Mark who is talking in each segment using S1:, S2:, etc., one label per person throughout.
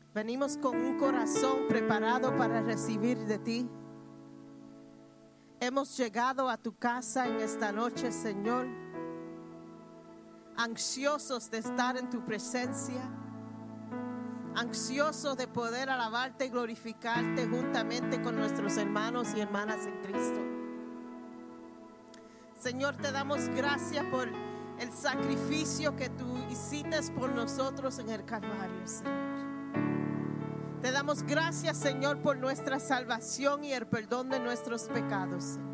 S1: Venimos con un corazón preparado para recibir de ti. Hemos llegado a tu casa en esta noche, Señor, ansiosos de estar en tu presencia, ansiosos de poder alabarte y glorificarte juntamente con nuestros hermanos y hermanas en Cristo. Señor, te damos gracias por el sacrificio que tú hiciste por nosotros en el Calvario, Señor. Te damos gracias, Señor, por nuestra salvación y el perdón de nuestros pecados, Señor.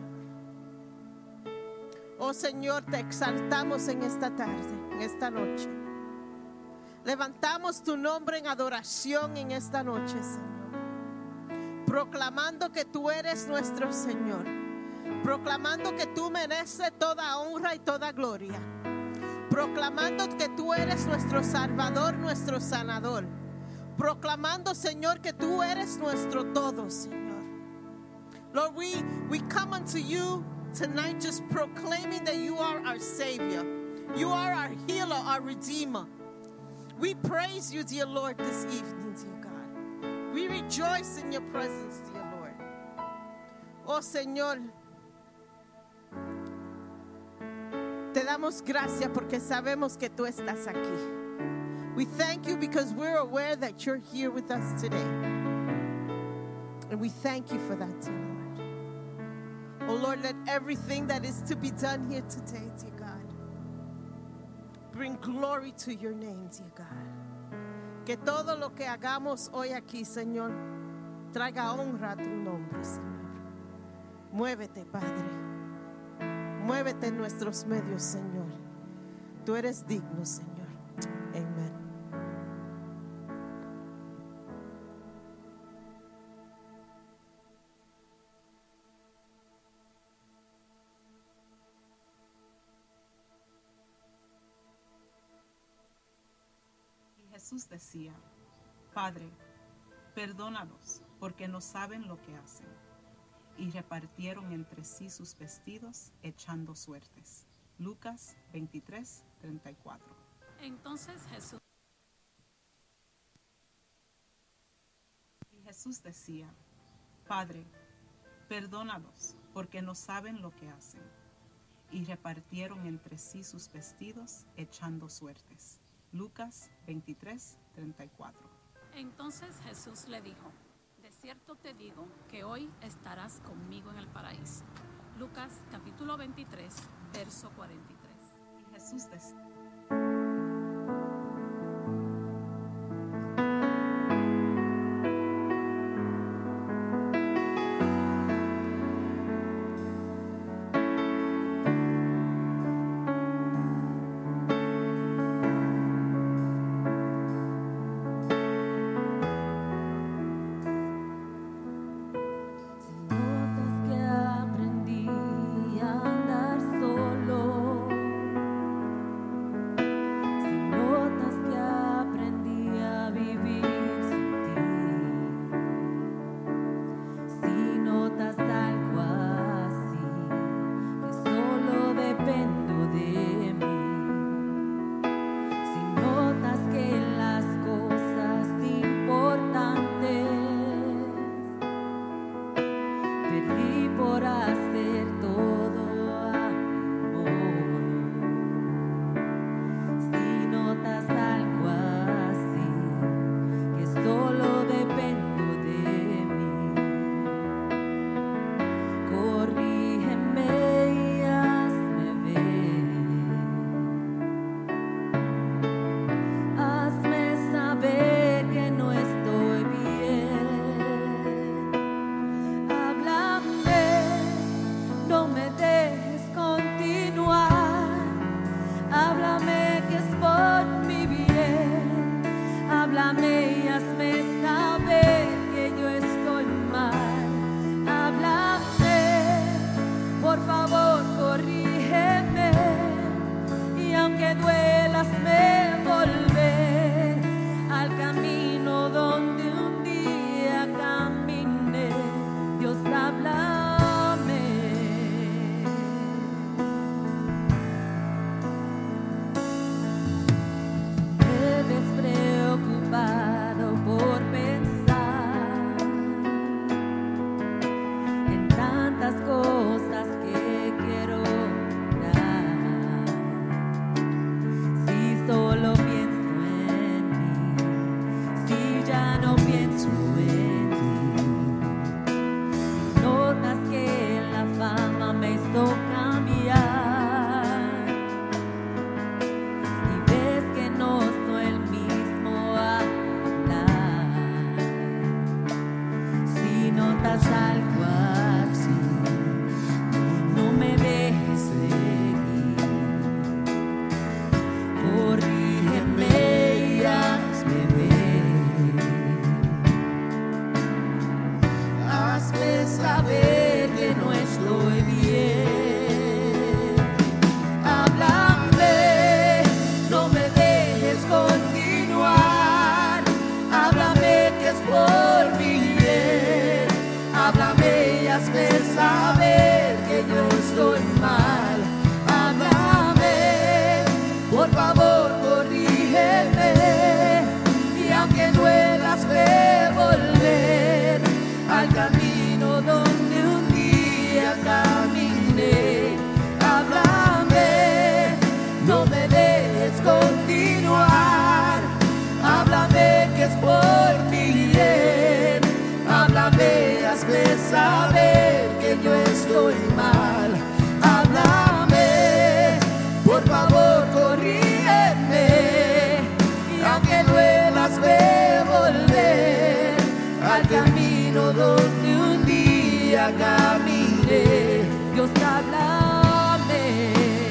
S1: Oh, Señor, te exaltamos en esta tarde, en esta noche. Levantamos tu nombre en adoración en esta noche, Señor. Proclamando que tú eres nuestro Señor. Proclamando que tú mereces toda honra y toda gloria. Proclamando que tú eres nuestro Salvador, nuestro sanador. Proclamando, Señor, que tú eres nuestro todo, Señor. Lord, we come unto you tonight just proclaiming that you are our Savior. You are our healer, our Redeemer. We praise you, dear Lord, this evening, dear God. We rejoice in your presence, dear Lord. Oh, Señor, te damos gracias porque sabemos que tú estás aquí. We thank you because we're aware that you're here with us today. And we thank you for that, dear Lord. Oh Lord, let everything that is to be done here today, dear God, bring glory to your name, dear God. Que todo lo que hagamos hoy aquí, Señor, traiga honra a tu nombre, Señor. Muévete, Padre. Muévete en nuestros medios, Señor. Tú eres digno, Señor. Amén.
S2: Jesús decía: Padre, perdónalos, porque no saben lo que hacen. Y repartieron entre sí sus vestidos, echando suertes. Lucas 23:34.
S3: Entonces
S2: Jesús decía: Padre, perdónalos, porque no saben lo que hacen. Y repartieron entre sí sus vestidos, echando suertes. Lucas 23:34.
S3: Entonces Jesús le dijo: de cierto te digo que hoy estarás conmigo en el paraíso. Lucas capítulo 23, verso 43.
S2: Y Jesús decía:
S4: al camino donde un día caminé. Dios, háblame.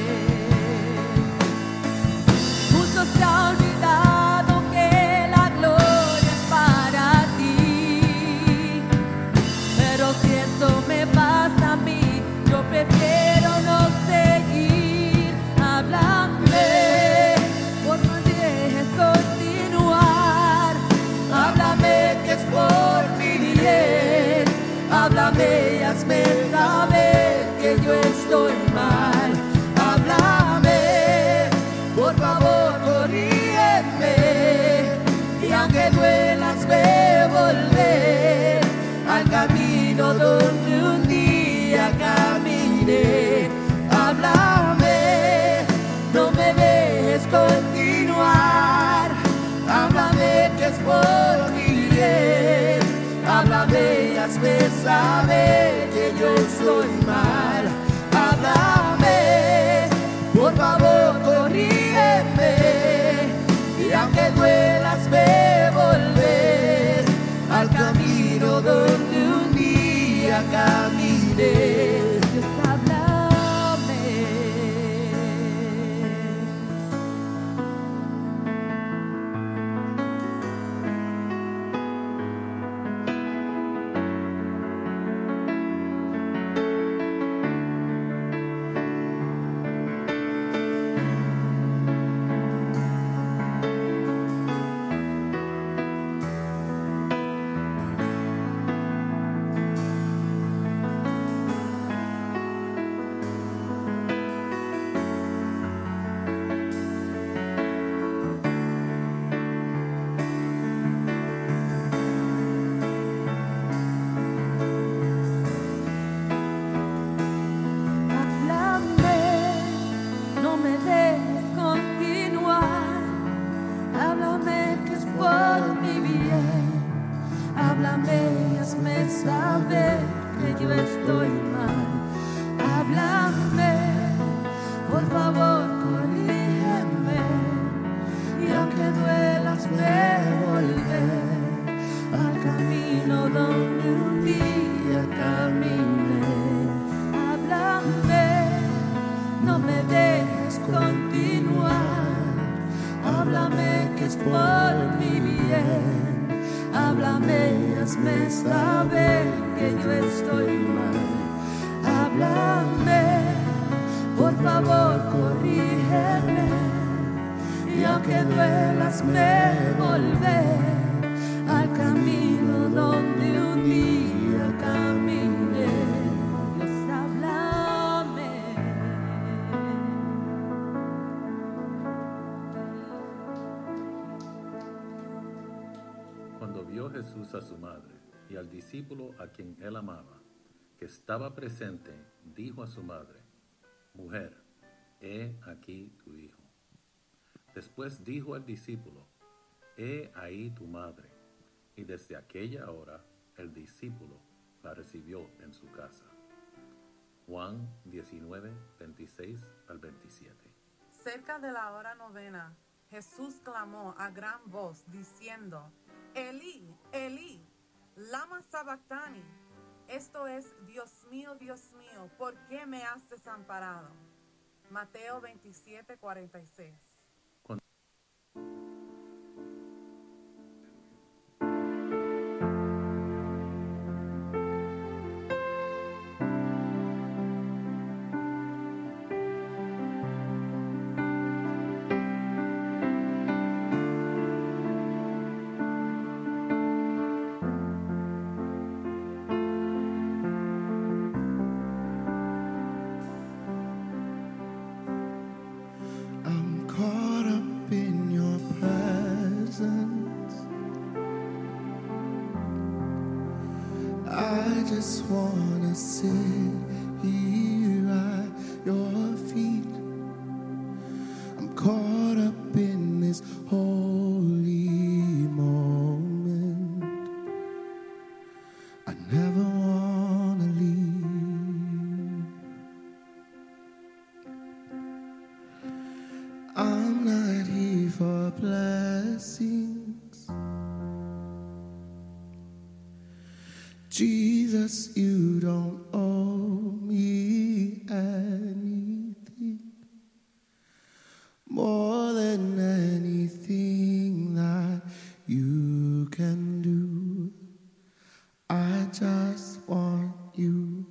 S4: Muchos se han olvidado que la gloria es para ti, pero si esto me pasa a mí, yo prefiero no seguir. Háblame, por no dejes continuar. Háblame que es por mi bien. Háblame y hazme saber que yo estoy mal. Háblame, por favor, corrígeme. Y aunque duela, hazme volver al camino donde un día caminé. Háblame, no me dejes continuar. Háblame que es por mi bien. Háblame y hazme saber que yo estoy mal. Háblame, por favor, corrígeme. Y aunque duela, hazme volver al camino donde un día caminé. Dios, háblame. Háblame, no me dejes continuar. Háblame que es por mi bien. Háblame y hazme saber que yo estoy mal. Háblame, por favor, corrígeme. Y aunque duela, hazme volver al camino donde un día caminé. Háblame, no me dejes continuar. Háblame que es por mi bien. Háblame y hazme saber que yo estoy mal. Háblame, por favor, corrígeme. Y aunque duela, hazme volver al camino donde un día caminé. Dios, háblame.
S5: Cuando vio Jesús a su madre y al discípulo a quien él amaba, que estaba presente, dijo a su madre: Mujer, he aquí tu hijo. Después dijo al discípulo: He ahí tu madre. Y desde aquella hora el discípulo la recibió en su casa. Juan 19, 26 al 27.
S6: Cerca de la hora novena, Jesús clamó a gran voz diciendo: Elí, Elí, lama sabactani. Esto es: Dios mío, ¿por qué me has desamparado? Mateo 27, 46.
S7: I'm caught up in your presence. I just wanna sit here at your feet. I'm caught up in this holy moment. I never wanna leave. I'm not here for blessings. Jesus, you don't owe me anything more than anything that you can do. I just want you.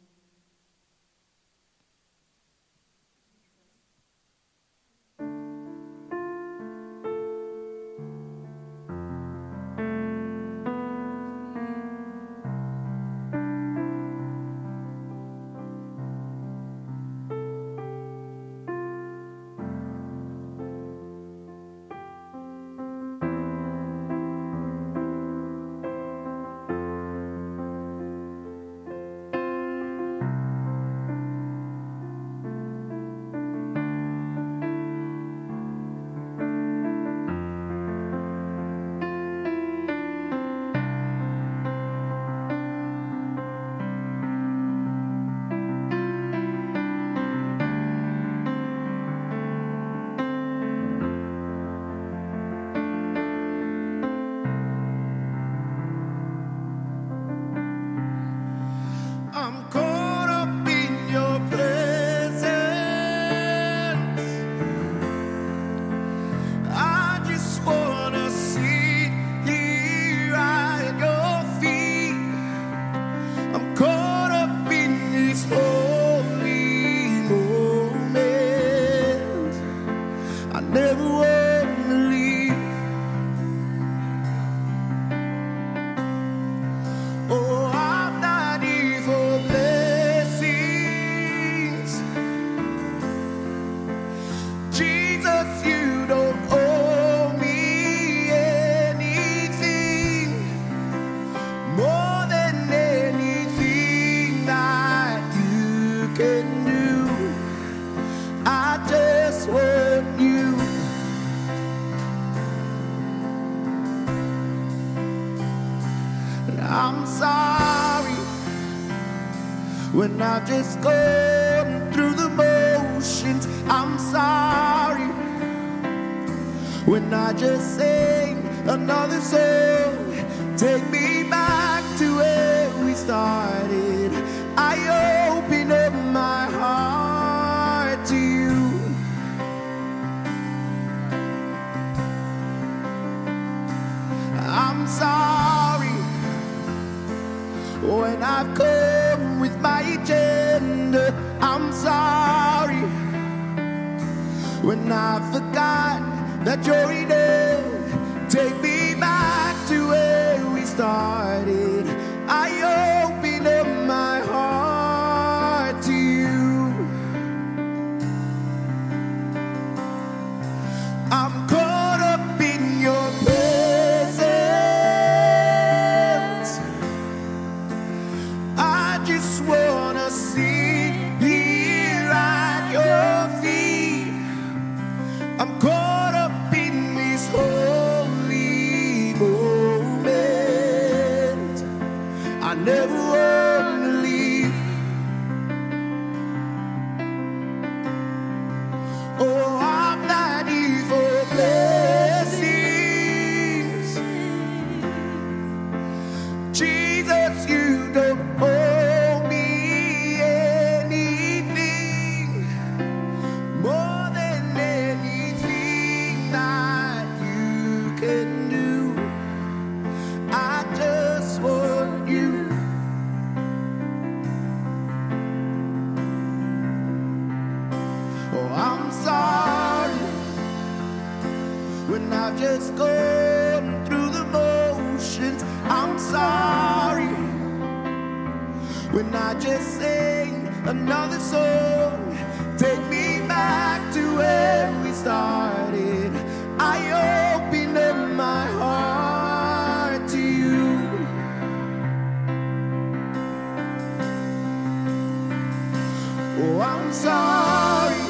S7: I'm caught up in your presence. I just wanna sit here at your feet. I'm caught up in this holy moment. I never wanna leave. Oh, I'm not here for blessings. Jesus, you don't owe me anything more than anything that you can do. I just want you. I'm sorry when I've just gone through the motions. I'm sorry when I just sang another song. Take me back to where we started. I open up my heart to you. I'm sorry when I've come with my agenda. I'm sorry when I forgot that you're enough. Take me back to where we started. I open up my heart to you. I'm caught up in your presence. I just wanna sit here at your feet. I'm caught up in this holy moment. I never wanna leave. Oh, I'm not here for blessings. Jesus, you don't owe me anything more than anything that you can do. I just want you. Oh, I'm sorry when I've just gone through the motions. I'm sorry when I just sang another song. Take me back to where we started. I open up my heart to you. Oh, I'm sorry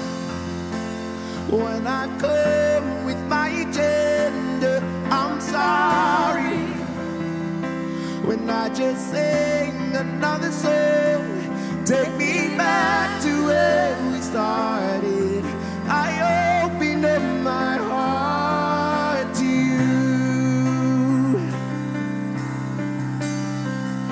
S7: when I come with my agenda. I'm sorry when I just sang another song. Take me back to where we started. I open up my heart to you.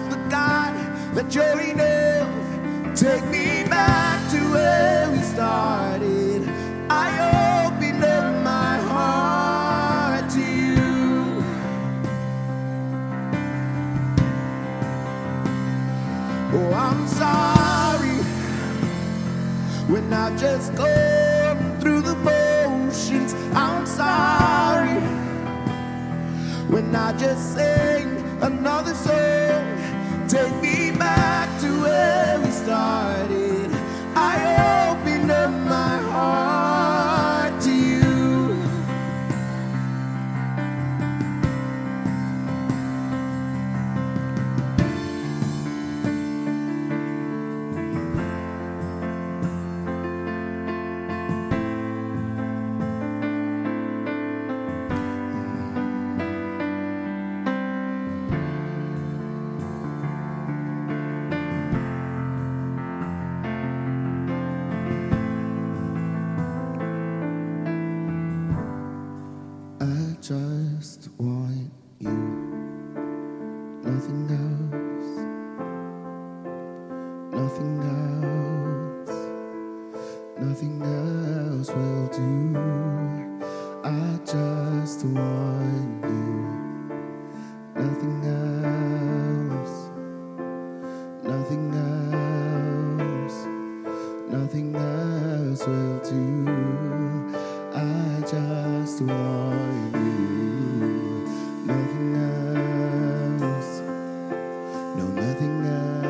S7: the God that you're enough. Take me back to where we started. I open up my heart to you. Oh, I'm sorry when I've just gone through the motions. I'm sorry when I just sang another song. Take me back to where we started. I open up my heart to you. I just want you, nothing else, nothing else, nothing else will do. I just want you, nothing else, nothing else, nothing else will do. I just want you, nothing else, no, nothing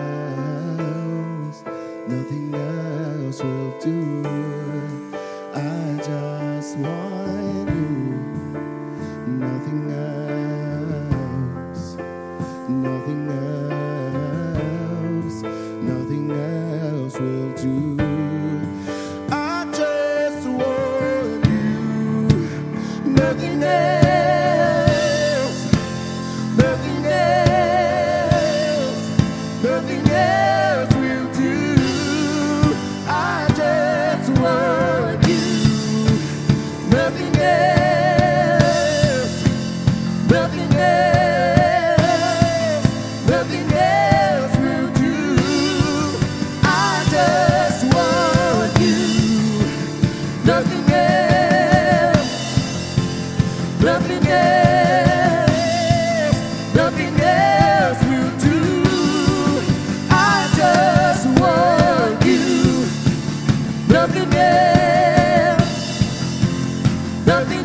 S7: else, nothing else will do. I just want you, nothing else, nothing else, nothing else will do. I just want you, nothing else, nothing else, nothing else will do. I just want you, nothing else, nothing else, nothing else will do. I just want you, nothing else, nothing else, nothing else will do. I just want you, nothing else, nothing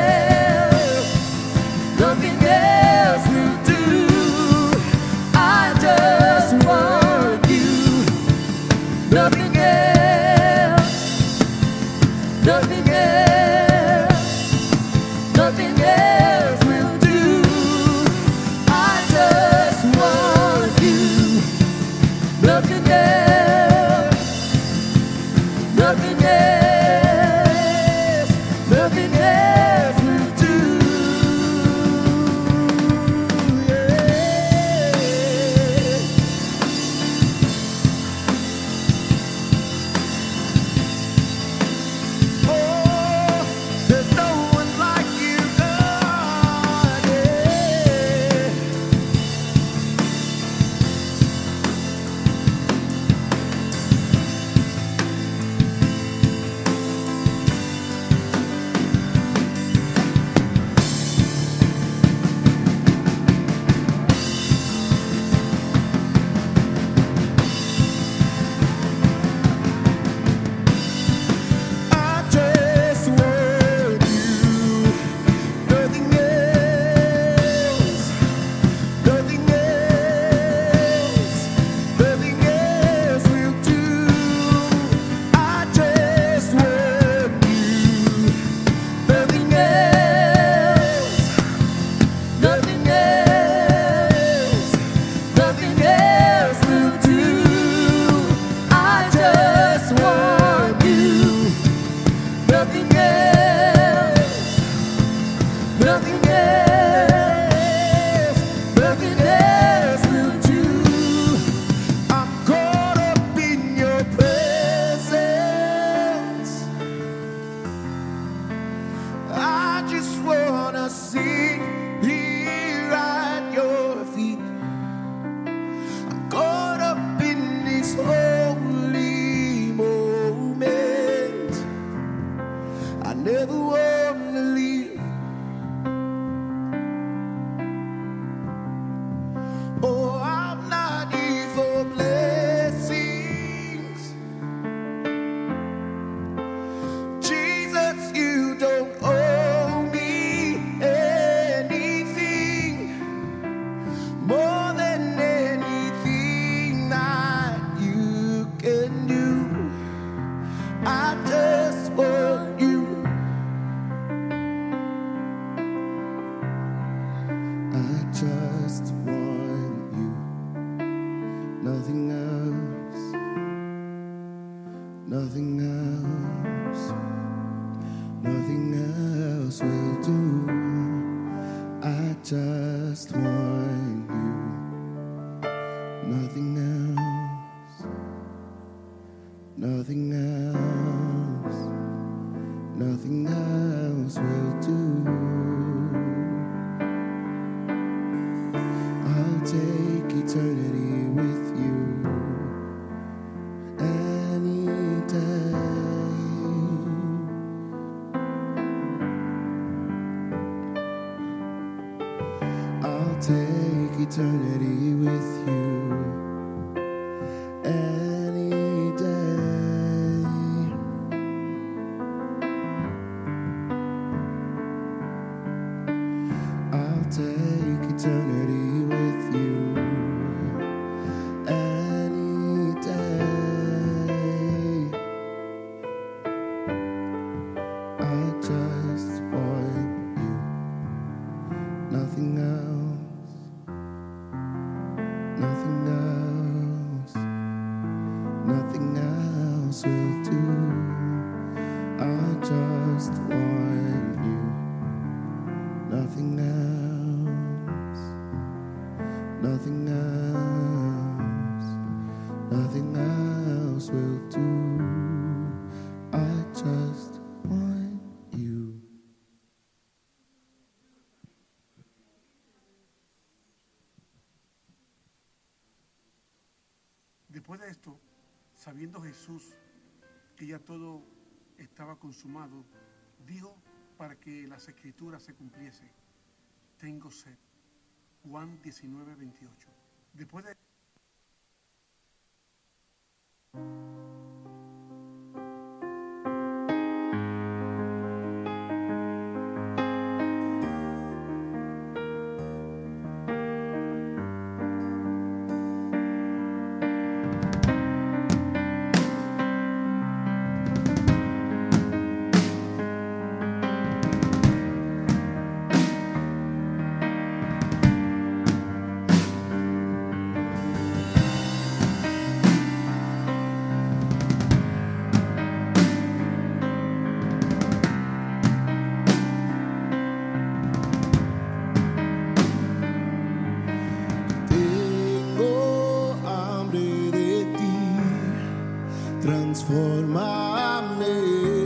S7: else, nothing else will do. I Nothing else, nothing else, nothing else will do. I'll take eternity with you any day. I'll take eternity with you any day. I'll take eternity with you any day. I just want you, nothing else, nothing else, nothing else will do. I just want you, nothing else, nothing else, nothing else will do. I just want you.
S8: Después de esto, sabiendo Jesús que ya todo estaba consumado, dijo para que las escrituras se cumpliesen: tengo sed. Juan 19:28. Después de
S7: Tengo hambre de ti, transfórmame.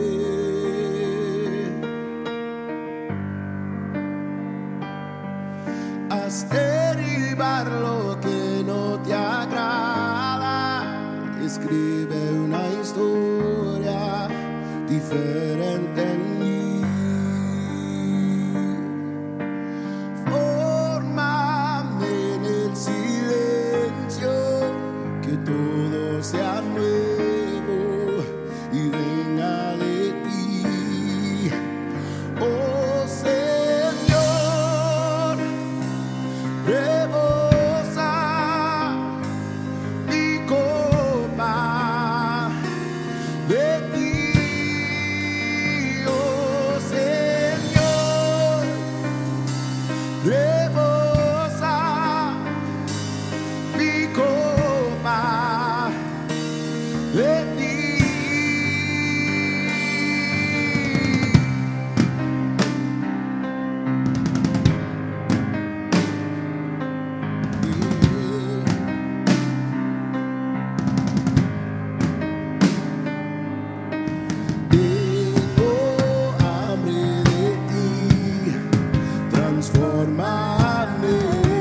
S7: Haz derribar lo que no te agrada. Escribe una historia diferente en mí. Fórmame en el silencio, que todo sea nuevo y venga de ti. Oh Señor, rebosa mi copa de ti. Oh Señor, rebosa mi copa de ti. Tengo hambre de ti, transfórmame.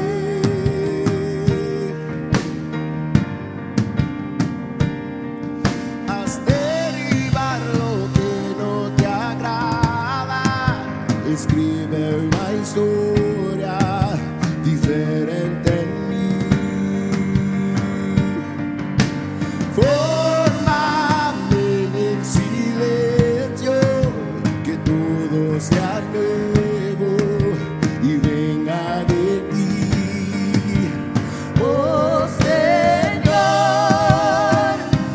S7: Haz derribar lo que no te agrada. Escribe una historia diferente en mí. Fórmame en el silencio, que todo sea nuevo y venga de ti. Oh Señor,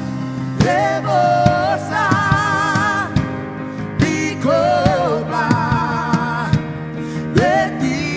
S7: rebosa mi copa de ti.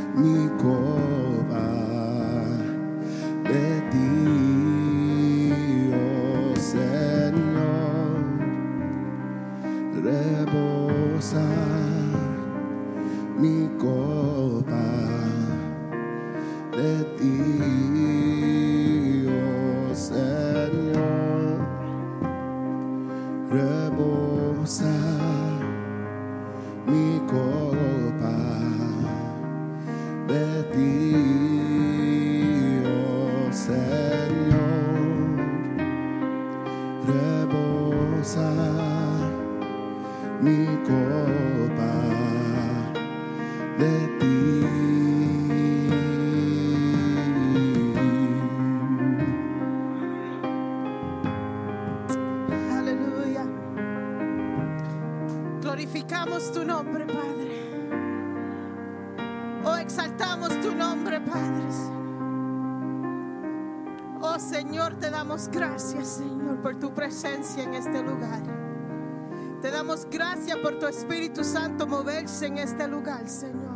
S7: mi copa de ti, oh Señor, rebosa mi copa de ti, oh Señor, rebosa mi copa de ti, oh Señor, rebosa mi copa de ti.
S1: Aleluya. Glorificamos tu nombre, Padre. Oh, exaltamos tu nombre, Padre. Oh, Señor, te damos gracias, Señor, por tu presencia en este lugar. Te damos gracias por tu Espíritu Santo moverse en este lugar, Señor.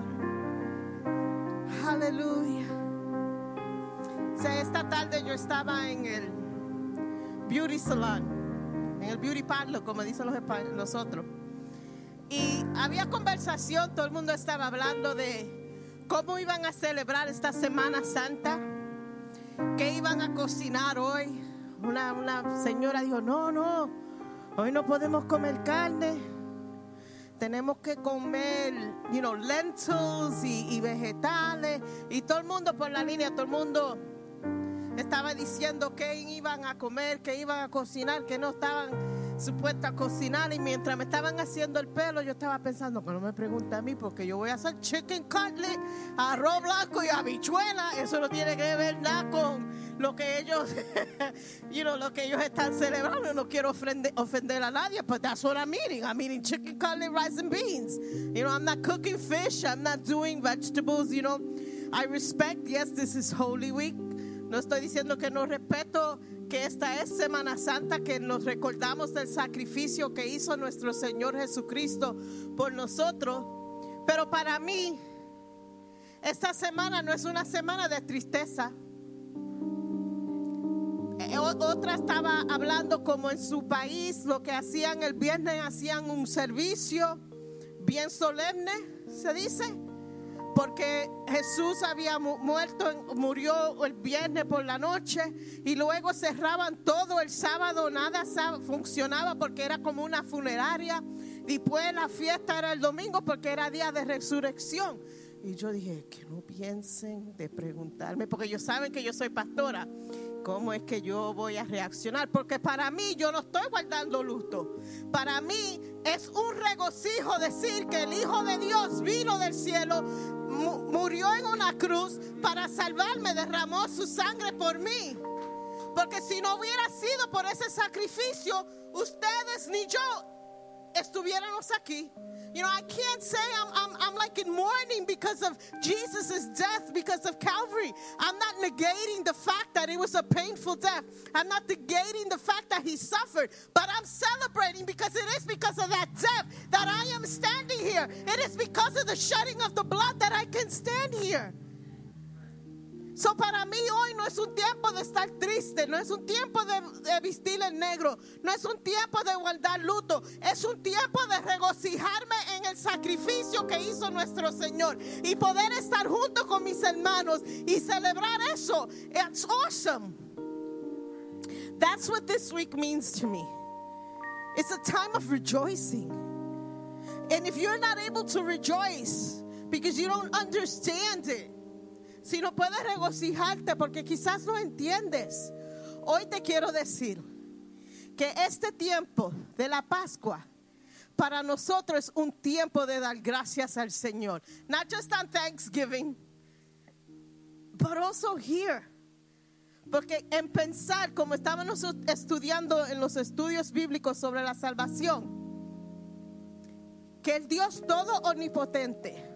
S1: Aleluya. O sea, esta tarde yo estaba en el beauty salon, en el beauty parlor, como dicen los otros. Y había conversación, todo el mundo estaba hablando de cómo iban a celebrar esta Semana Santa, qué iban a cocinar hoy. Una señora dijo, no, hoy no podemos comer carne, tenemos que comer, lentils y vegetales. Y todo el mundo por la línea, todo el mundo estaba diciendo qué iban a comer, qué iban a cocinar, que no estaban supuestos a cocinar. Y mientras me estaban haciendo el pelo, yo estaba pensando que no me pregunte a mí, porque yo voy a hacer chicken cutlet, arroz blanco y habichuela. Eso no tiene que ver nada con lo que ellos lo que ellos están celebrando. No quiero ofender a nadie, but that's what I'm eating. I'm eating chicken cutlet, rice and beans. I'm not cooking fish, I'm not doing vegetables. I respect, yes, this is Holy Week. No estoy diciendo que no respeto que esta es Semana Santa, que nos recordamos del sacrificio que hizo nuestro Señor Jesucristo por nosotros. Pero para mí, esta semana no es una semana de tristeza. Otra estaba hablando como en su país, lo que hacían el viernes, hacían un servicio bien solemne, se dice, porque Jesús había murió el viernes por la noche, y luego cerraban todo el sábado, nada funcionaba porque era como una funeraria. Después la fiesta era el domingo porque era día de resurrección. Y yo dije, que no piensen de preguntarme, porque ellos saben que yo soy pastora, ¿cómo es que yo voy a reaccionar? Porque para mí, yo no estoy guardando luto. Para mí es un regocijo decir que el Hijo de Dios vino del cielo, murió en una cruz para salvarme, derramó su sangre por mí. Porque si no hubiera sido por ese sacrificio, ustedes ni yo estuviéramos aquí. I can't say I'm like in mourning because of Jesus' death, because of Calvary. I'm not negating the fact that it was a painful death. I'm not negating the fact that he suffered, but I'm celebrating because it is because of that death that I am standing here. It is because of the shedding of the blood that I can stand here. So para mí hoy no es un tiempo de estar triste, no es un tiempo de vestir en negro, no es un tiempo de guardar luto, es un tiempo de regocijarme en el sacrificio que hizo nuestro Señor y poder estar junto con mis hermanos y celebrar eso. It's awesome. That's what this week means to me. It's a time of rejoicing. And if you're not able to rejoice because you don't understand it, si no puedes regocijarte porque quizás no entiendes, hoy te quiero decir que este tiempo de la Pascua para nosotros es un tiempo de dar gracias al Señor. Not just on Thanksgiving, but also here. Porque en pensar, como estábamos estudiando en los estudios bíblicos sobre la salvación, que el Dios todo omnipotente,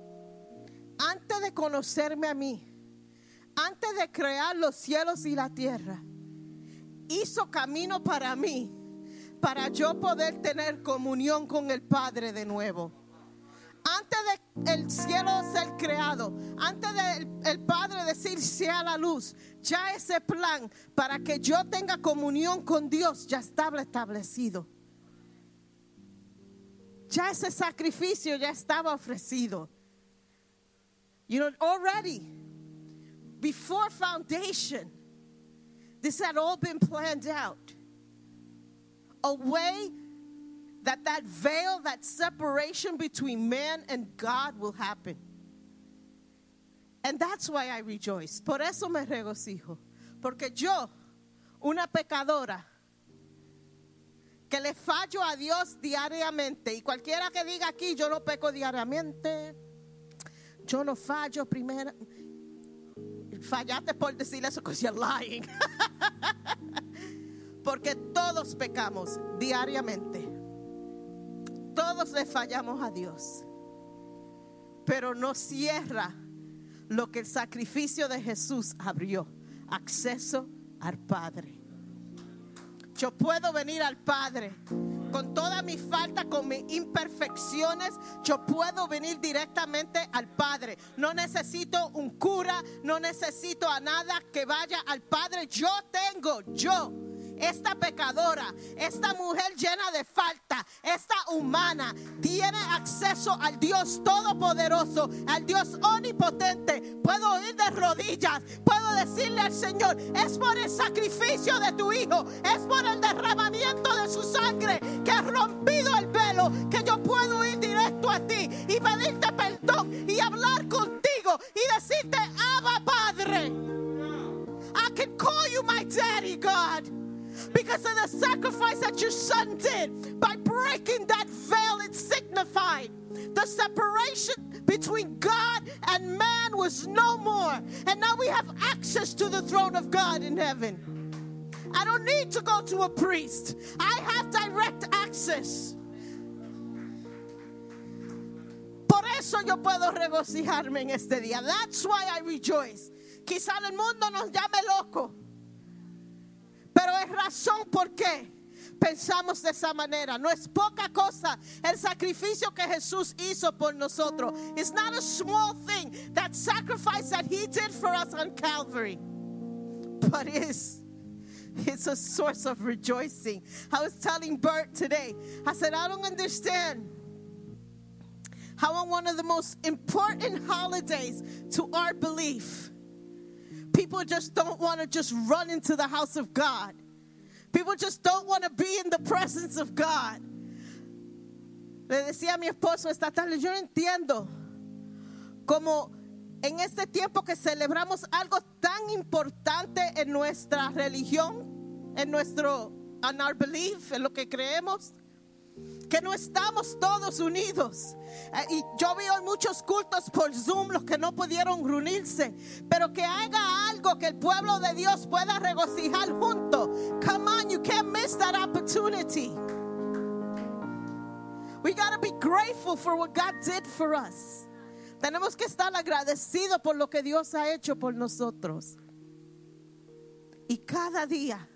S1: antes de conocerme a mí, antes de crear los cielos y la tierra, hizo camino para mí, para yo poder tener comunión con el Padre de nuevo. Antes de el cielo ser creado, antes de el Padre decir sea la luz, ya ese plan para que yo tenga comunión con Dios ya estaba establecido. Ya ese sacrificio ya estaba ofrecido. You know, already, before foundation, this had all been planned out. A way that veil, that separation between man and God will happen. And that's why I rejoice. Por eso me regocijo. Porque yo, una pecadora, que le fallo a Dios diariamente. Y cualquiera que diga aquí, yo no peco diariamente, yo no fallo primero. Fallaste por decir eso because you're lying. Porque todos pecamos diariamente. Todos le fallamos a Dios. Pero no cierra lo que el sacrificio de Jesús abrió: acceso al Padre. Yo puedo venir al Padre con toda mi falta, con mis imperfecciones. Yo puedo venir directamente al Padre. No necesito un cura, no necesito a nada que vaya al Padre. Yo, esta pecadora, esta mujer llena de falta, esta humana, tiene acceso al Dios todopoderoso, al Dios omnipotente. Puedo ir de rodillas, puedo decirle al Señor: es por el sacrificio de tu Hijo, es por el derramamiento de su sangre que ha rompido el velo, que yo puedo ir directo a ti y pedirte perdón y hablar contigo y decirte: Abba, Padre. I can call you my daddy, God. Because of the sacrifice that your son did, by breaking that veil, it signified the separation between God and man was no more. And now we have access to the throne of God in heaven. I don't need to go to a priest. I have direct access. Por eso yo puedo regocijarme en este día. That's why I rejoice. Quizá el mundo nos llame loco, pero es razón por qué pensamos de esa manera. No es poca cosa el sacrificio que Jesús hizo por nosotros. It's not a small thing, that sacrifice that he did for us on Calvary, but it's a source of rejoicing. I was telling Bert today, I said, I don't understand how on one of the most important holidays to our belief, people just don't want to just run into the house of God. People just don't want to be in the presence of God. Le decía a mi esposo esta tarde, yo no entiendo cómo en este tiempo que celebramos algo tan importante en nuestra religión, en our belief, en lo que creemos, que no estamos todos unidos. Y yo veo muchos cultos por Zoom, los que no pudieron reunirse, pero que haga algo que el pueblo de Dios pueda regocijar junto. Come on, you can't miss that opportunity. We gotta be grateful for what God did for us. Tenemos que estar agradecidos por lo que Dios ha hecho por nosotros. Y cada día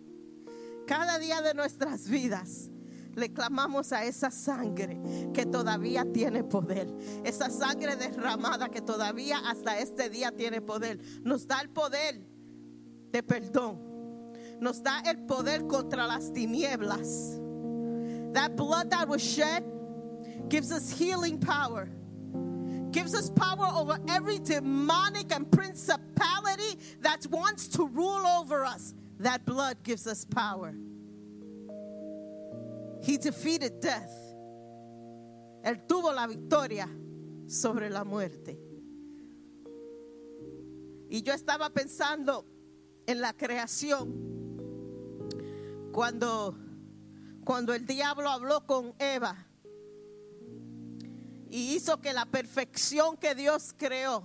S1: de nuestras vidas le clamamos a esa sangre que todavía tiene poder. Esa sangre derramada que todavía hasta este día tiene poder. Nos da el poder de perdón. Nos da el poder contra las tinieblas. That blood that was shed gives us healing power. Gives us power over every demonic and principality that wants to rule over us. That blood gives us power. He defeated death. Él tuvo la victoria sobre la muerte. Y yo estaba pensando en la creación. Cuando el diablo habló con Eva y hizo que la perfección que Dios creó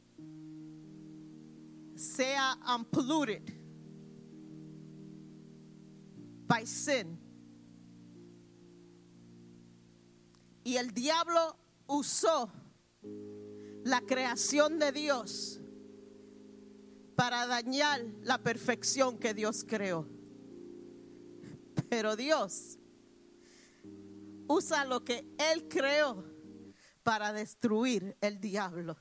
S1: sea unpolluted by sin. Y el diablo usó la creación de Dios para dañar la perfección que Dios creó. Pero Dios usa lo que Él creó para destruir el diablo.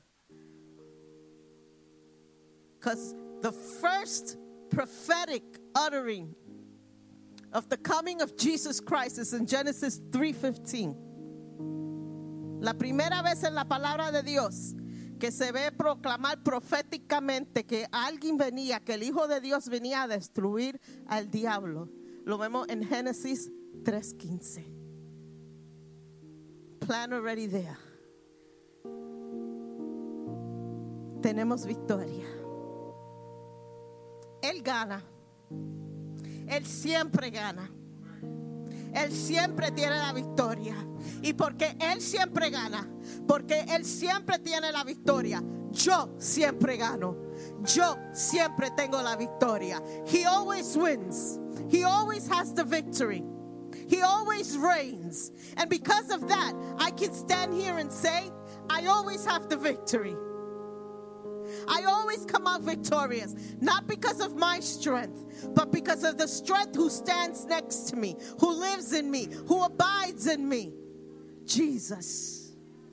S1: Because the first prophetic uttering of the coming of Jesus Christ is in Genesis 3:15. La primera vez en la palabra de Dios que se ve proclamar proféticamente que alguien venía, que el Hijo de Dios venía a destruir al diablo. Lo vemos en Génesis 3:15. Plan already there. Tenemos victoria. Él gana. Él siempre gana. Él siempre tiene la victoria. Y porque Él siempre gana, porque Él siempre tiene la victoria, yo siempre gano. Yo siempre tengo la victoria. He always wins. He always has the victory. He always reigns. And because of that, I can stand here and say, I always have the victory. I always come out victorious, not because of my strength, but because of the strength who stands next to me, who lives in me, who abides in me. Jesus.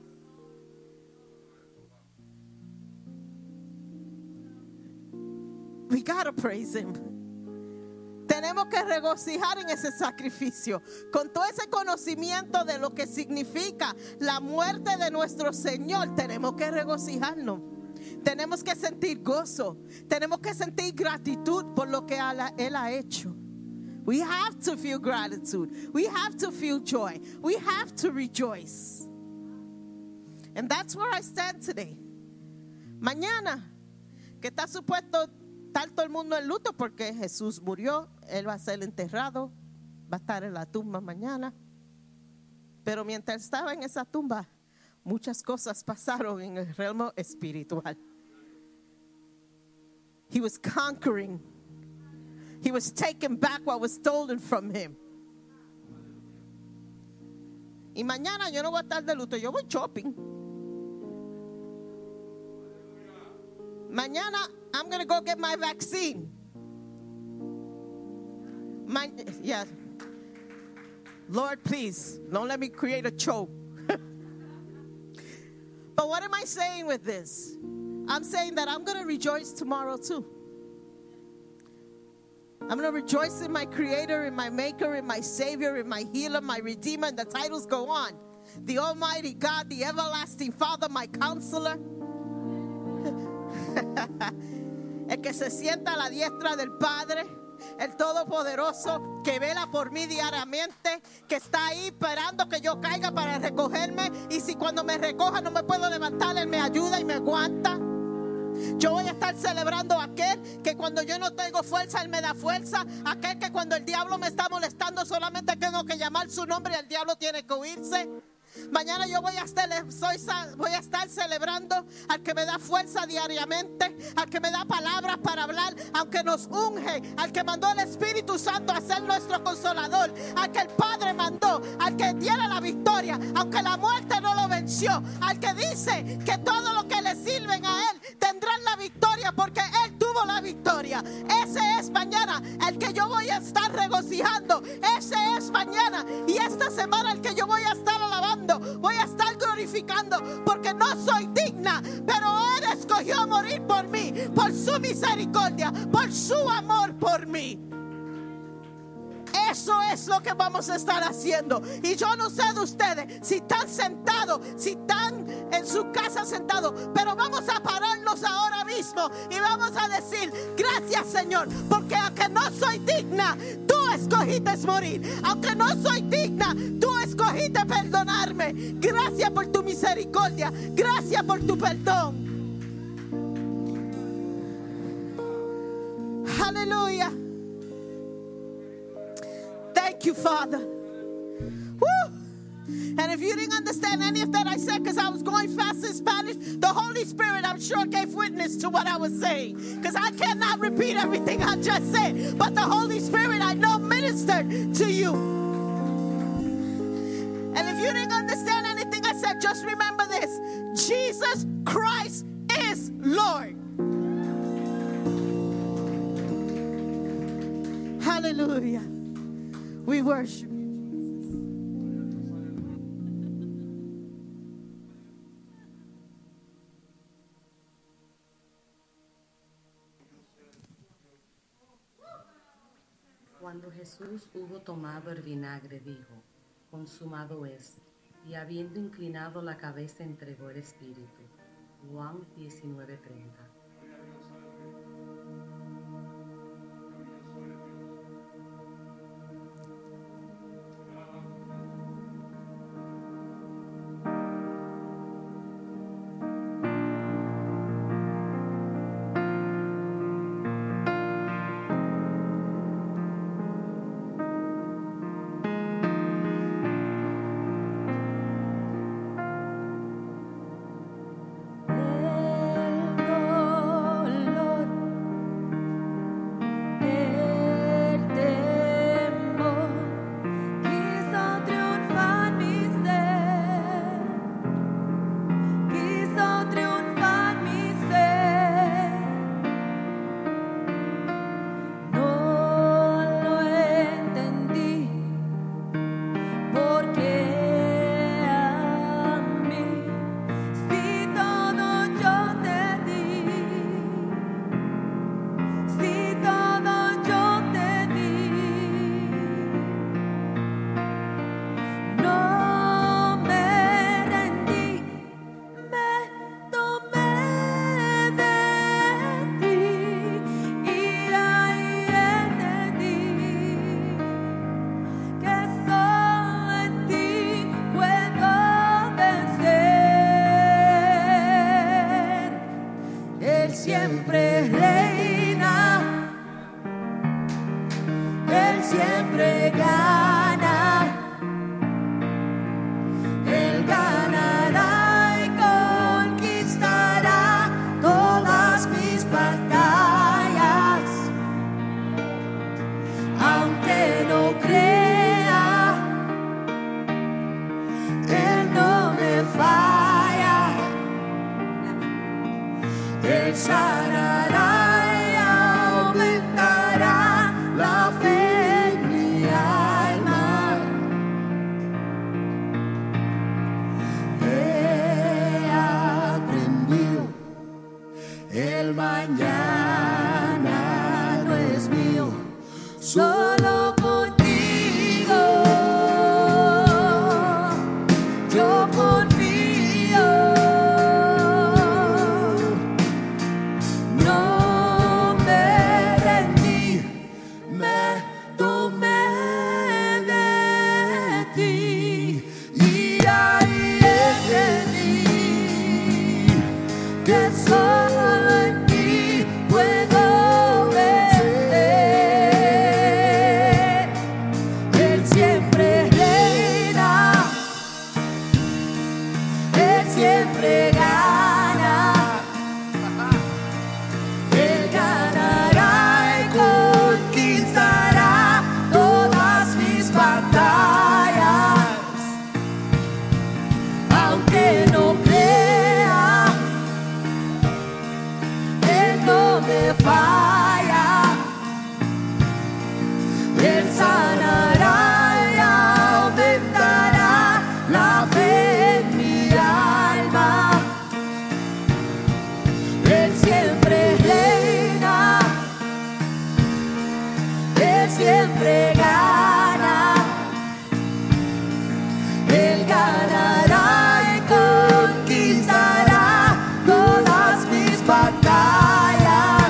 S1: We gotta praise Him. Tenemos que regocijar en ese sacrificio, con todo ese conocimiento de lo que significa la muerte de nuestro Señor. Tenemos que regocijarnos. Tenemos que sentir gozo. Tenemos que sentir gratitud por lo que Él ha hecho. We have to feel gratitude. We have to feel joy. We have to rejoice. And that's where I stand today. Mañana, que está supuesto estar todo el mundo en luto porque Jesús murió, Él va a ser enterrado, va a estar en la tumba mañana. Pero mientras estaba en esa tumba, muchas cosas pasaron en el realmo espiritual. He was conquering. He was taking back what was stolen from him. Y mañana yo no voy a estar de luto, yo voy shopping. Mañana I'm going to go get my vaccine. Yeah. Lord, please, don't let me create a choke. But what am I saying with this? I'm saying that I'm going to rejoice tomorrow too. I'm going to rejoice in my Creator, in my Maker, in my Savior, in my Healer, my Redeemer, and the titles go on. The Almighty God, the Everlasting Father, my Counselor. El que se sienta a la diestra del Padre, el Todopoderoso, que vela por mí diariamente, que está ahí esperando que yo caiga para recogerme. Y si cuando me recoja no me puedo levantar, Él me ayuda y me aguanta. Yo voy a estar celebrando a aquel que cuando yo no tengo fuerza, Él me da fuerza. Aquel que cuando el diablo me está molestando, solamente tengo que llamar su nombre y el diablo tiene que huirse. Mañana yo voy a estar celebrando al que me da fuerza diariamente, al que me da palabras para hablar, aunque nos unge, al que mandó el Espíritu Santo a ser nuestro consolador, al que el Padre mandó, al que tiene la victoria, aunque la muerte no lo venció, al que dice que todo lo que le sirven a Él tendrán la victoria porque Él tuvo la victoria. Ese es mañana el que yo voy a estar regocijando. Ese es mañana y esta semana el que yo voy a estar alabando. Voy a estar glorificando porque no soy digna, pero Él escogió morir por mí, por su misericordia, por su amor por mí. Eso es lo que vamos a estar haciendo. Y yo no sé de ustedes si están sentados, si están en su casa sentados, pero vamos a pararnos ahora mismo y vamos a decir: gracias, Señor, porque aunque no soy digna, tú escogiste morir. Aunque no soy digna, tú escogiste perdonarme. Gracias por tu misericordia, gracias por tu perdón. Aleluya. Thank you, Father. Woo! And if you didn't understand any of that I said because I was going fast in Spanish, the Holy Spirit, I'm sure, gave witness to what I was saying, because I cannot repeat everything I just said, but the Holy Spirit, I know, ministered to you. And if you didn't understand anything I said, just remember this: Jesus Christ is Lord. Hallelujah. We worship you, Jesus.
S9: Cuando Jesús hubo tomado el vinagre, dijo: consumado es, y habiendo inclinado la cabeza entregó el espíritu. Juan 19:30.
S4: Siempre reina, Él siempre gana, Él ganará y conquistará todas mis batallas, aunque no crea, Él no me falla, Él sanará y aumentará la fe en mi alma. He aprendido, el mañana no es mío, solo contigo yo confío. No me rendí, me tomé de ti y ahí entendí que solo en ti puedo vencer. Él siempre reina, Él siempre gana, Él ganará y conquistará todas mis batallas, aunque no crea, Él no me falla, Él sanará y aumentará la fe en mi alma. Él siempre reina, Él siempre gana, Él ganará y conquistará todas mis batallas,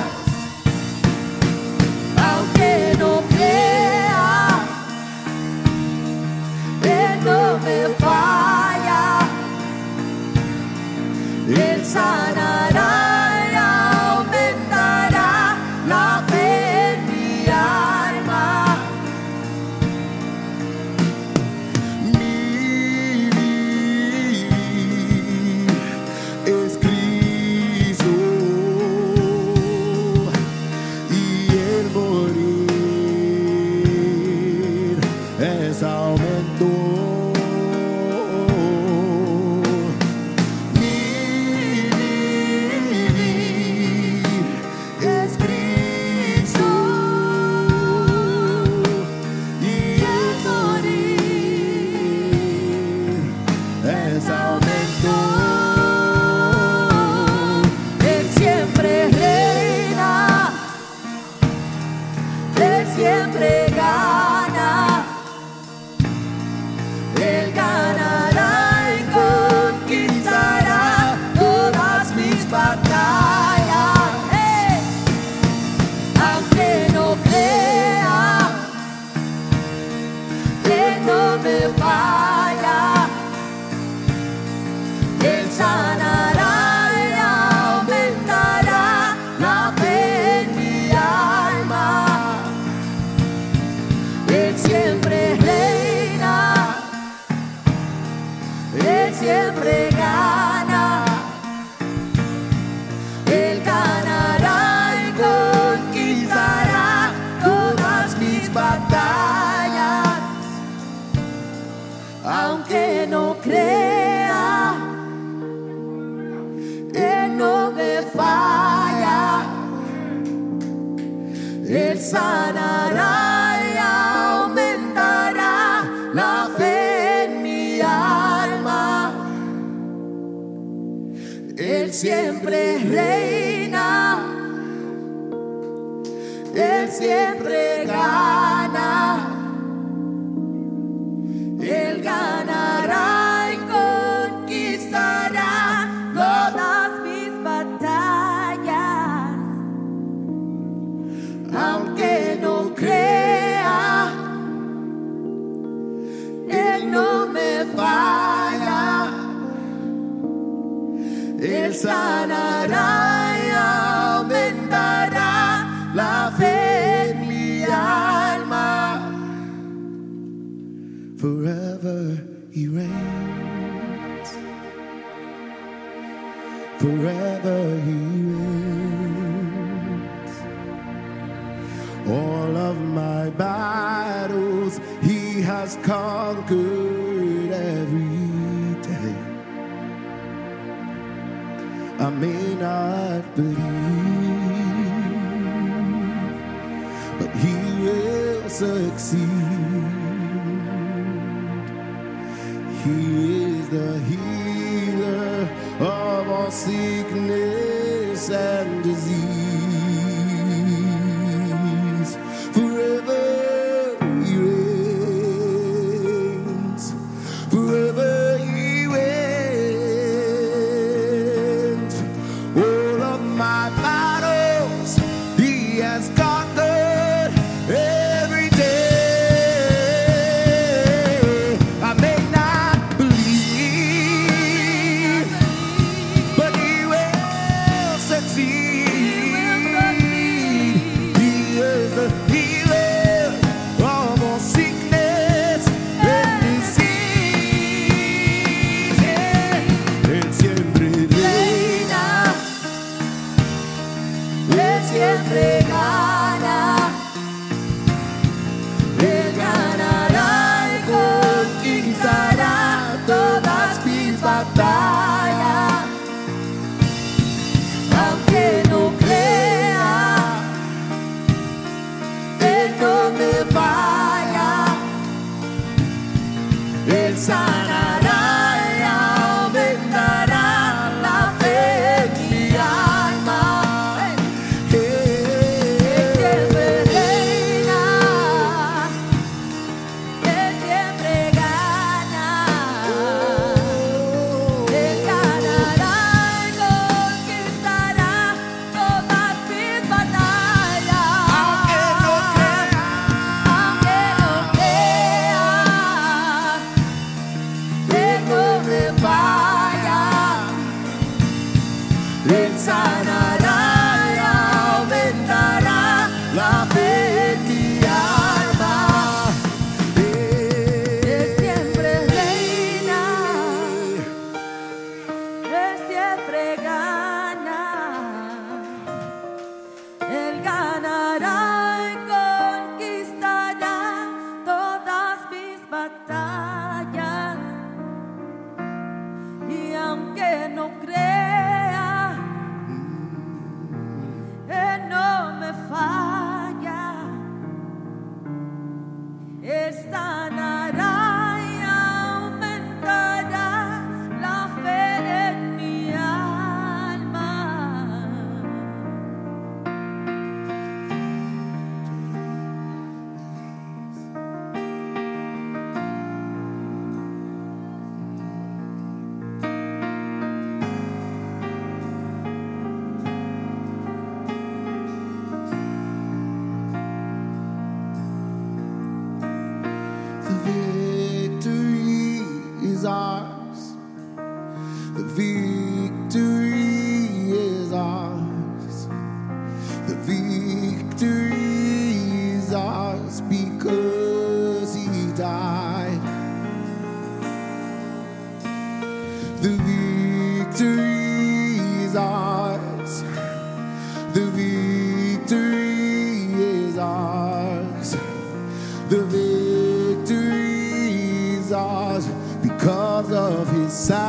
S4: aunque no crea, Él no me falla, Él sanará y aumentará la fe en mi alma. Mi vivir es Cristo y el morir es aumento. Mi vivir
S7: sanará y aumentará la fe en mi alma. Él siempre reina, Él siempre gana. Él ganará y conquistará todas mis batallas. Aunque no crea, Él no me falla. Él sanará y aumentará la fe en mi alma. Forever He reigns. Forever He reigns. All of my battles He has conquered every day. I may not believe, but He will succeed. He is the healer of all sickness and disease. Forever He reigns. Forever He reigns. All of my battles He has conquered every day. I may not believe, but He will succeed. He is the healer of all sickness and disease. Él siempre reina, Él siempre gana. Él ganará y conquistará todas mis batallas. Aunque no crea, Él no me falla. Él sanará y aumentará la fe en mi alma. Él siempre reina, Él siempre gana. Él ganará y conquistará todas mis batallas. Aunque no crea, Él no me falla. Él sanará y aumentará la fe en mi alma. Él siempre reina, Él siempre gana. Él ganará y conquistará todas mis batallas. Y aunque no crea, Él no me falla. Él sanará y aumentará la fe en mi alma. The victory is ours. The victory is ours. The victory is ours because He died. The victory is ours. The victory is ours. The victory is ours because of His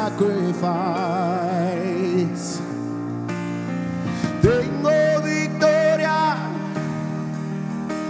S7: sacrifice. Tengo victoria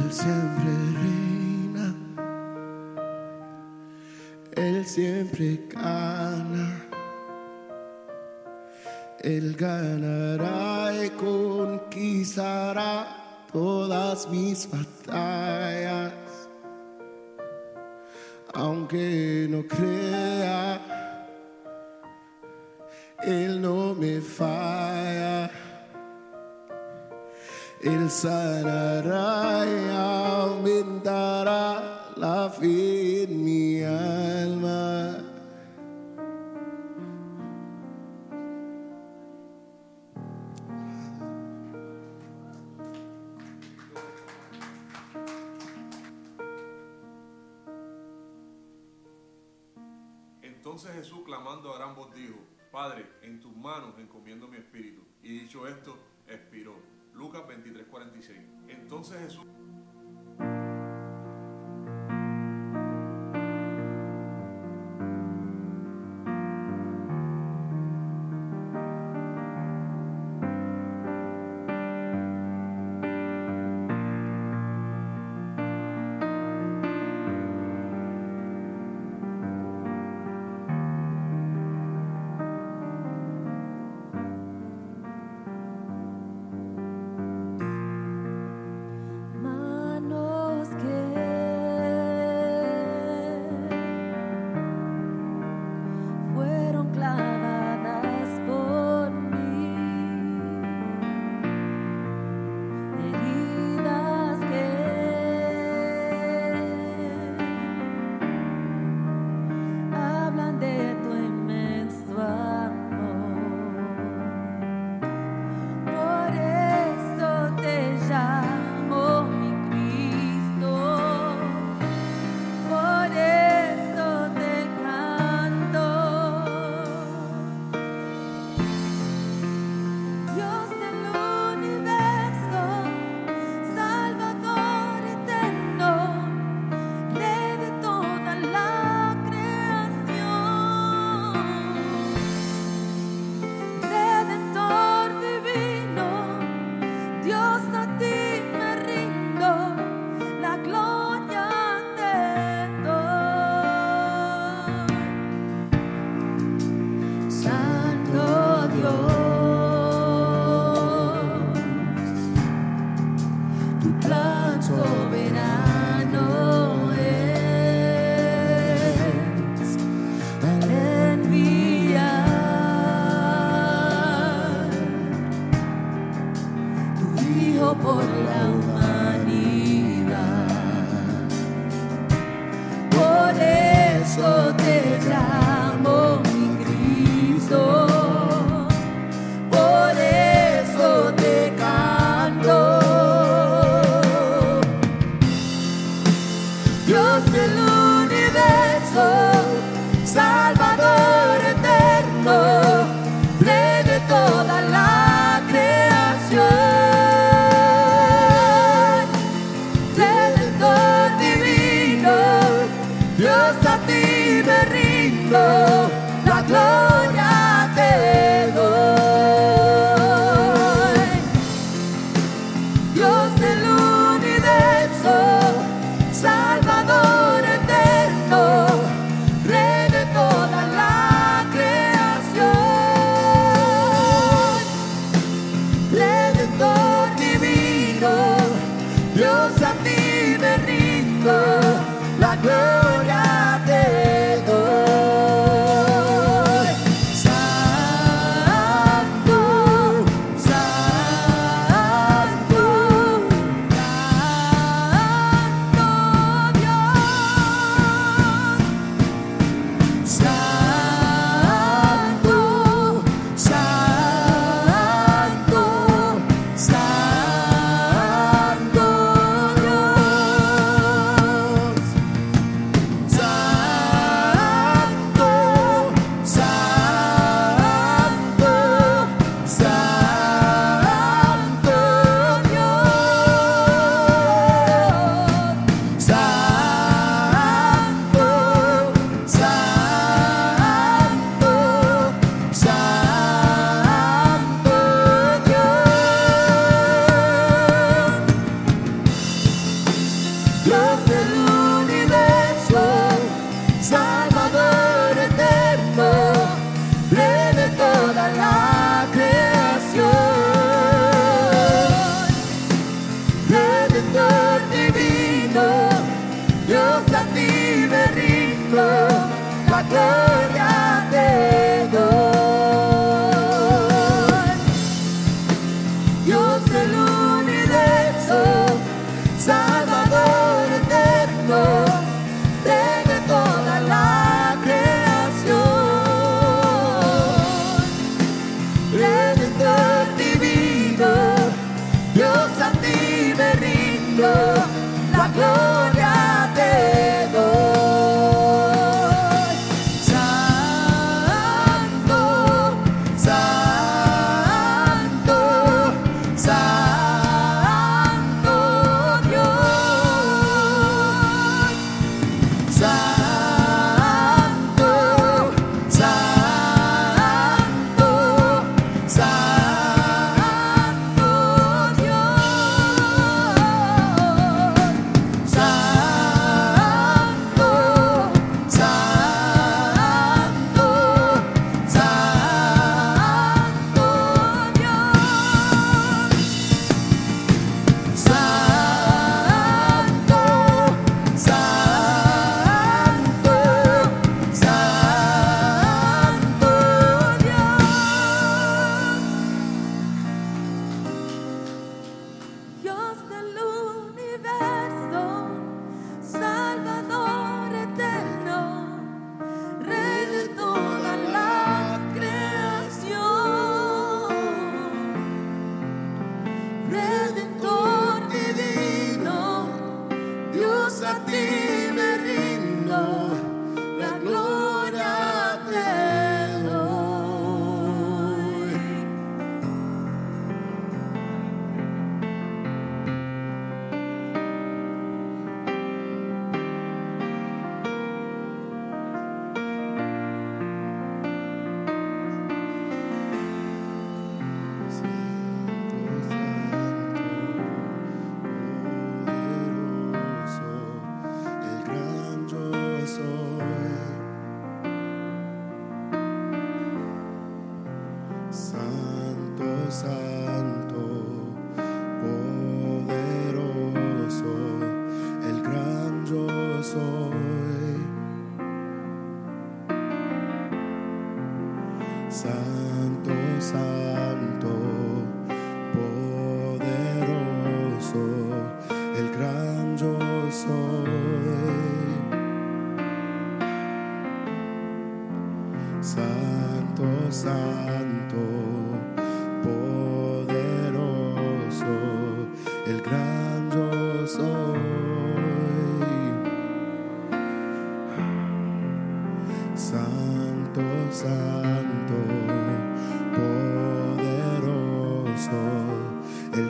S7: Él siempre reina, Él siempre gana. Él ganará y conquistará todas mis batallas. Aunque no crea, Él no me falla. Él sanará y aumentará la fe en mi alma.
S10: Entonces Jesús, clamando a gran voz, dijo: Padre, en tus manos encomiendo mi espíritu. Y dicho esto, expiró. Lucas 23:46. Entonces Jesús...
S4: Por la humanidad, por eso te llamo mi Cristo, por eso te canto. Dios del universo, Salvador eterno, Rey de toda la creación.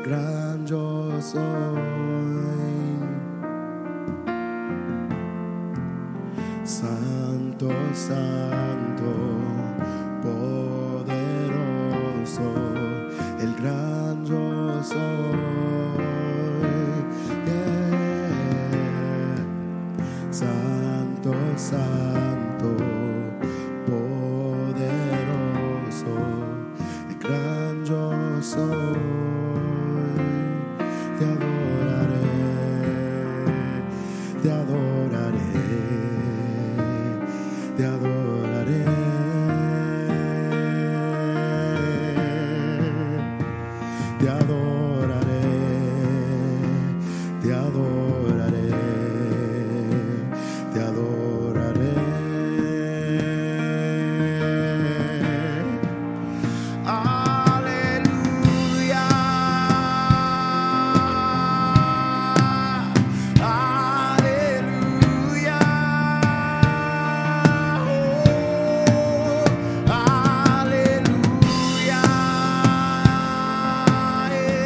S7: gran yo soy. Santo, santo, poderoso, el gran yo soy. Yeah. Santo, santo, poderoso, el gran yo soy. Te adoraré, te adoraré, te adoraré, te adoraré, te adoraré, te adoraré. Aleluya, aleluya, oh, aleluya,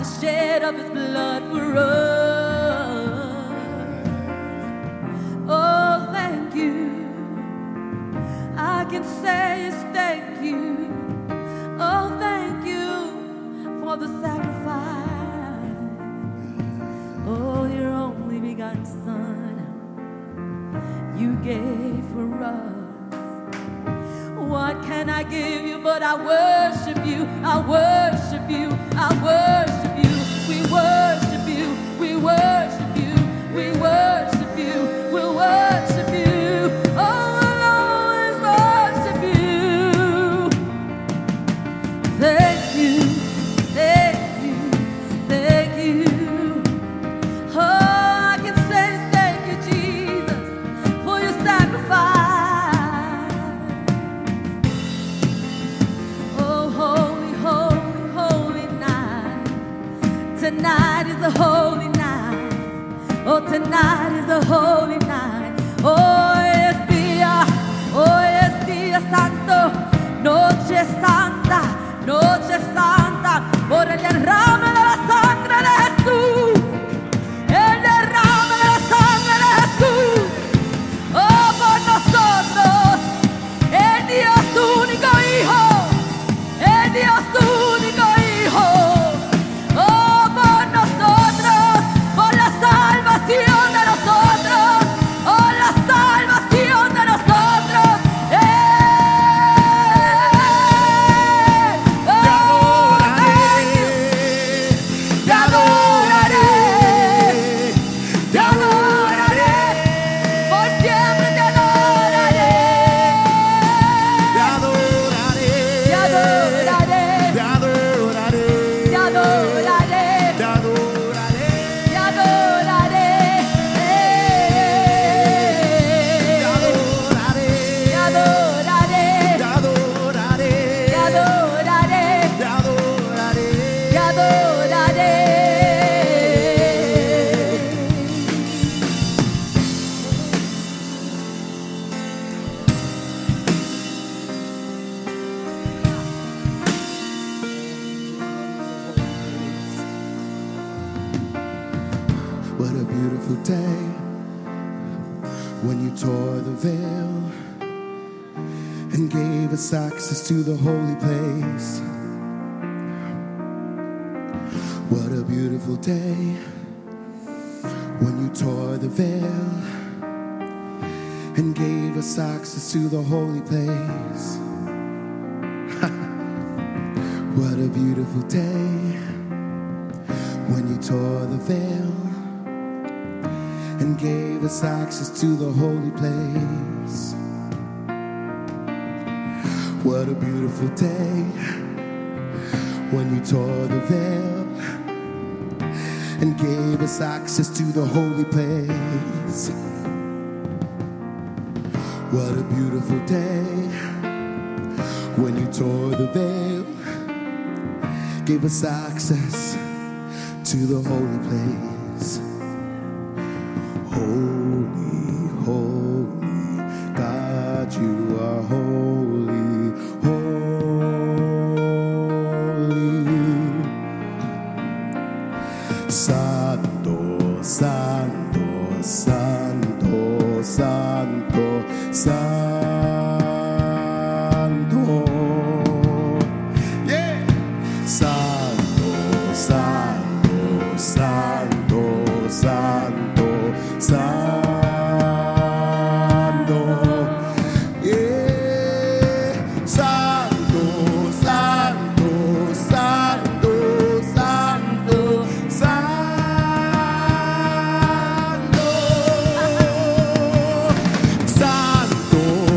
S4: the shed of his blood for us. Oh, thank you. I can say is thank you. Oh, thank you for the sacrifice. Oh, your only begotten Son, you gave for us. What can I give you but I worship you, I worship you, I worship you. We worship you, we worship you, we worship you, we'll worship you. Oh, we'll always worship you. Thank you, thank you, thank you. Oh, I can say thank you, Jesus, for your sacrifice. Tonight is a holy night. Oh, tonight is a holy night. Oh, es día santo, noche santa, por el derrame de la sangre de Jesús. El derrame de la sangre de Jesús. Oh, por nosotros, el Dios único Hijo, el Dios único Hijo. Salvación de nosotros, oh, la salvación de nosotros. Te adoraré, te adoraré, por siempre te adoraré, te adoraré, te adoraré, te adoraré, te adoraré, te adoraré.
S7: What a beautiful day when you tore the veil and gave us access to the holy place. What a beautiful day when you tore the veil and gave us access to the holy place. What a beautiful day when you tore the veil and gave us access to the holy place. What a beautiful day when you tore the veil and gave us access to the holy place. What a beautiful day when you tore the veil, gave us access to the holy place. Holy, holy, God, you are holy, holy. Santo, santo, santo, santo, santo. Yeah. Santo, santo, santo, santo, santo. Yeah. Santo, santo, santo, santo, santo. Santo,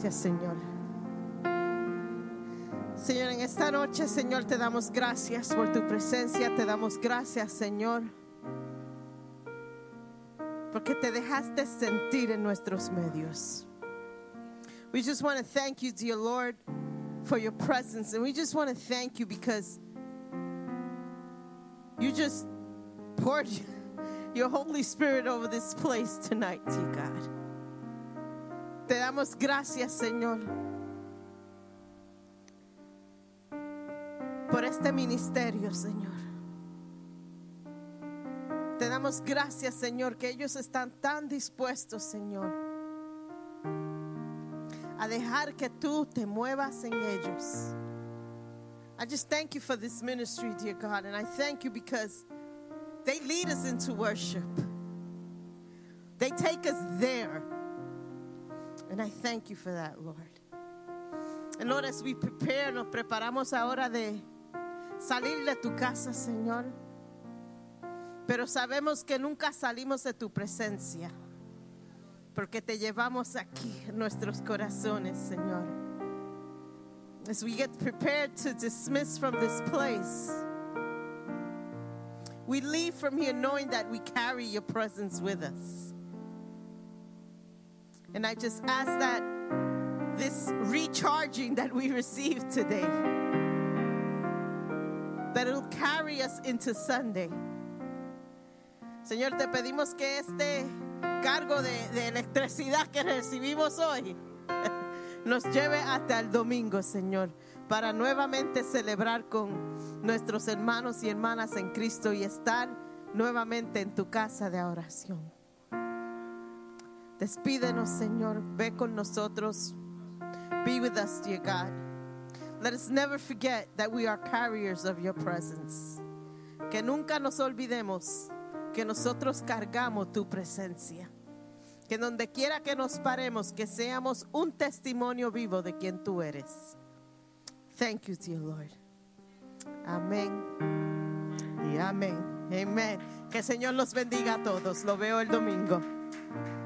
S1: Gracias, Señor. Señor, en esta noche, Señor, te damos gracias por tu presencia. Te damos gracias, Señor, porque te dejaste sentir en nuestros medios. We just want to thank you, dear Lord, for your presence. And we just want to thank you because you just poured your Holy Spirit over this place tonight, dear God. Te damos gracias, Señor, por este ministerio, Señor. Te damos gracias, Señor, que ellos están tan dispuestos, Señor, a dejar que tú te muevas en ellos. I just thank you for this ministry, dear God, and I thank you because they lead us into worship. They take us there, and I thank you for that, Lord. And Lord, as we prepare, nos preparamos ahora de salir de tu casa, Señor, pero sabemos que nunca salimos de tu presencia, porque te llevamos aquí en nuestros corazones, Señor. As we get prepared to dismiss from this place, we leave from here knowing that we carry your presence with us. And I just ask that this recharging that we received today, that it'll carry us into Sunday. Señor, te pedimos que este cargo de electricidad que recibimos hoy nos lleve hasta el domingo, Señor, para nuevamente celebrar con nuestros hermanos y hermanas en Cristo y estar nuevamente en tu casa de oración. Despídenos, Señor, ve con nosotros. Be with us, dear God. Let us never forget that we are carriers of your presence. Que nunca nos olvidemos que nosotros cargamos tu presencia. Que donde quiera que nos paremos, que seamos un testimonio vivo de quien tú eres. Thank you, dear Lord. Amén y amén. Amén. Que el Señor los bendiga a todos. Lo veo el domingo.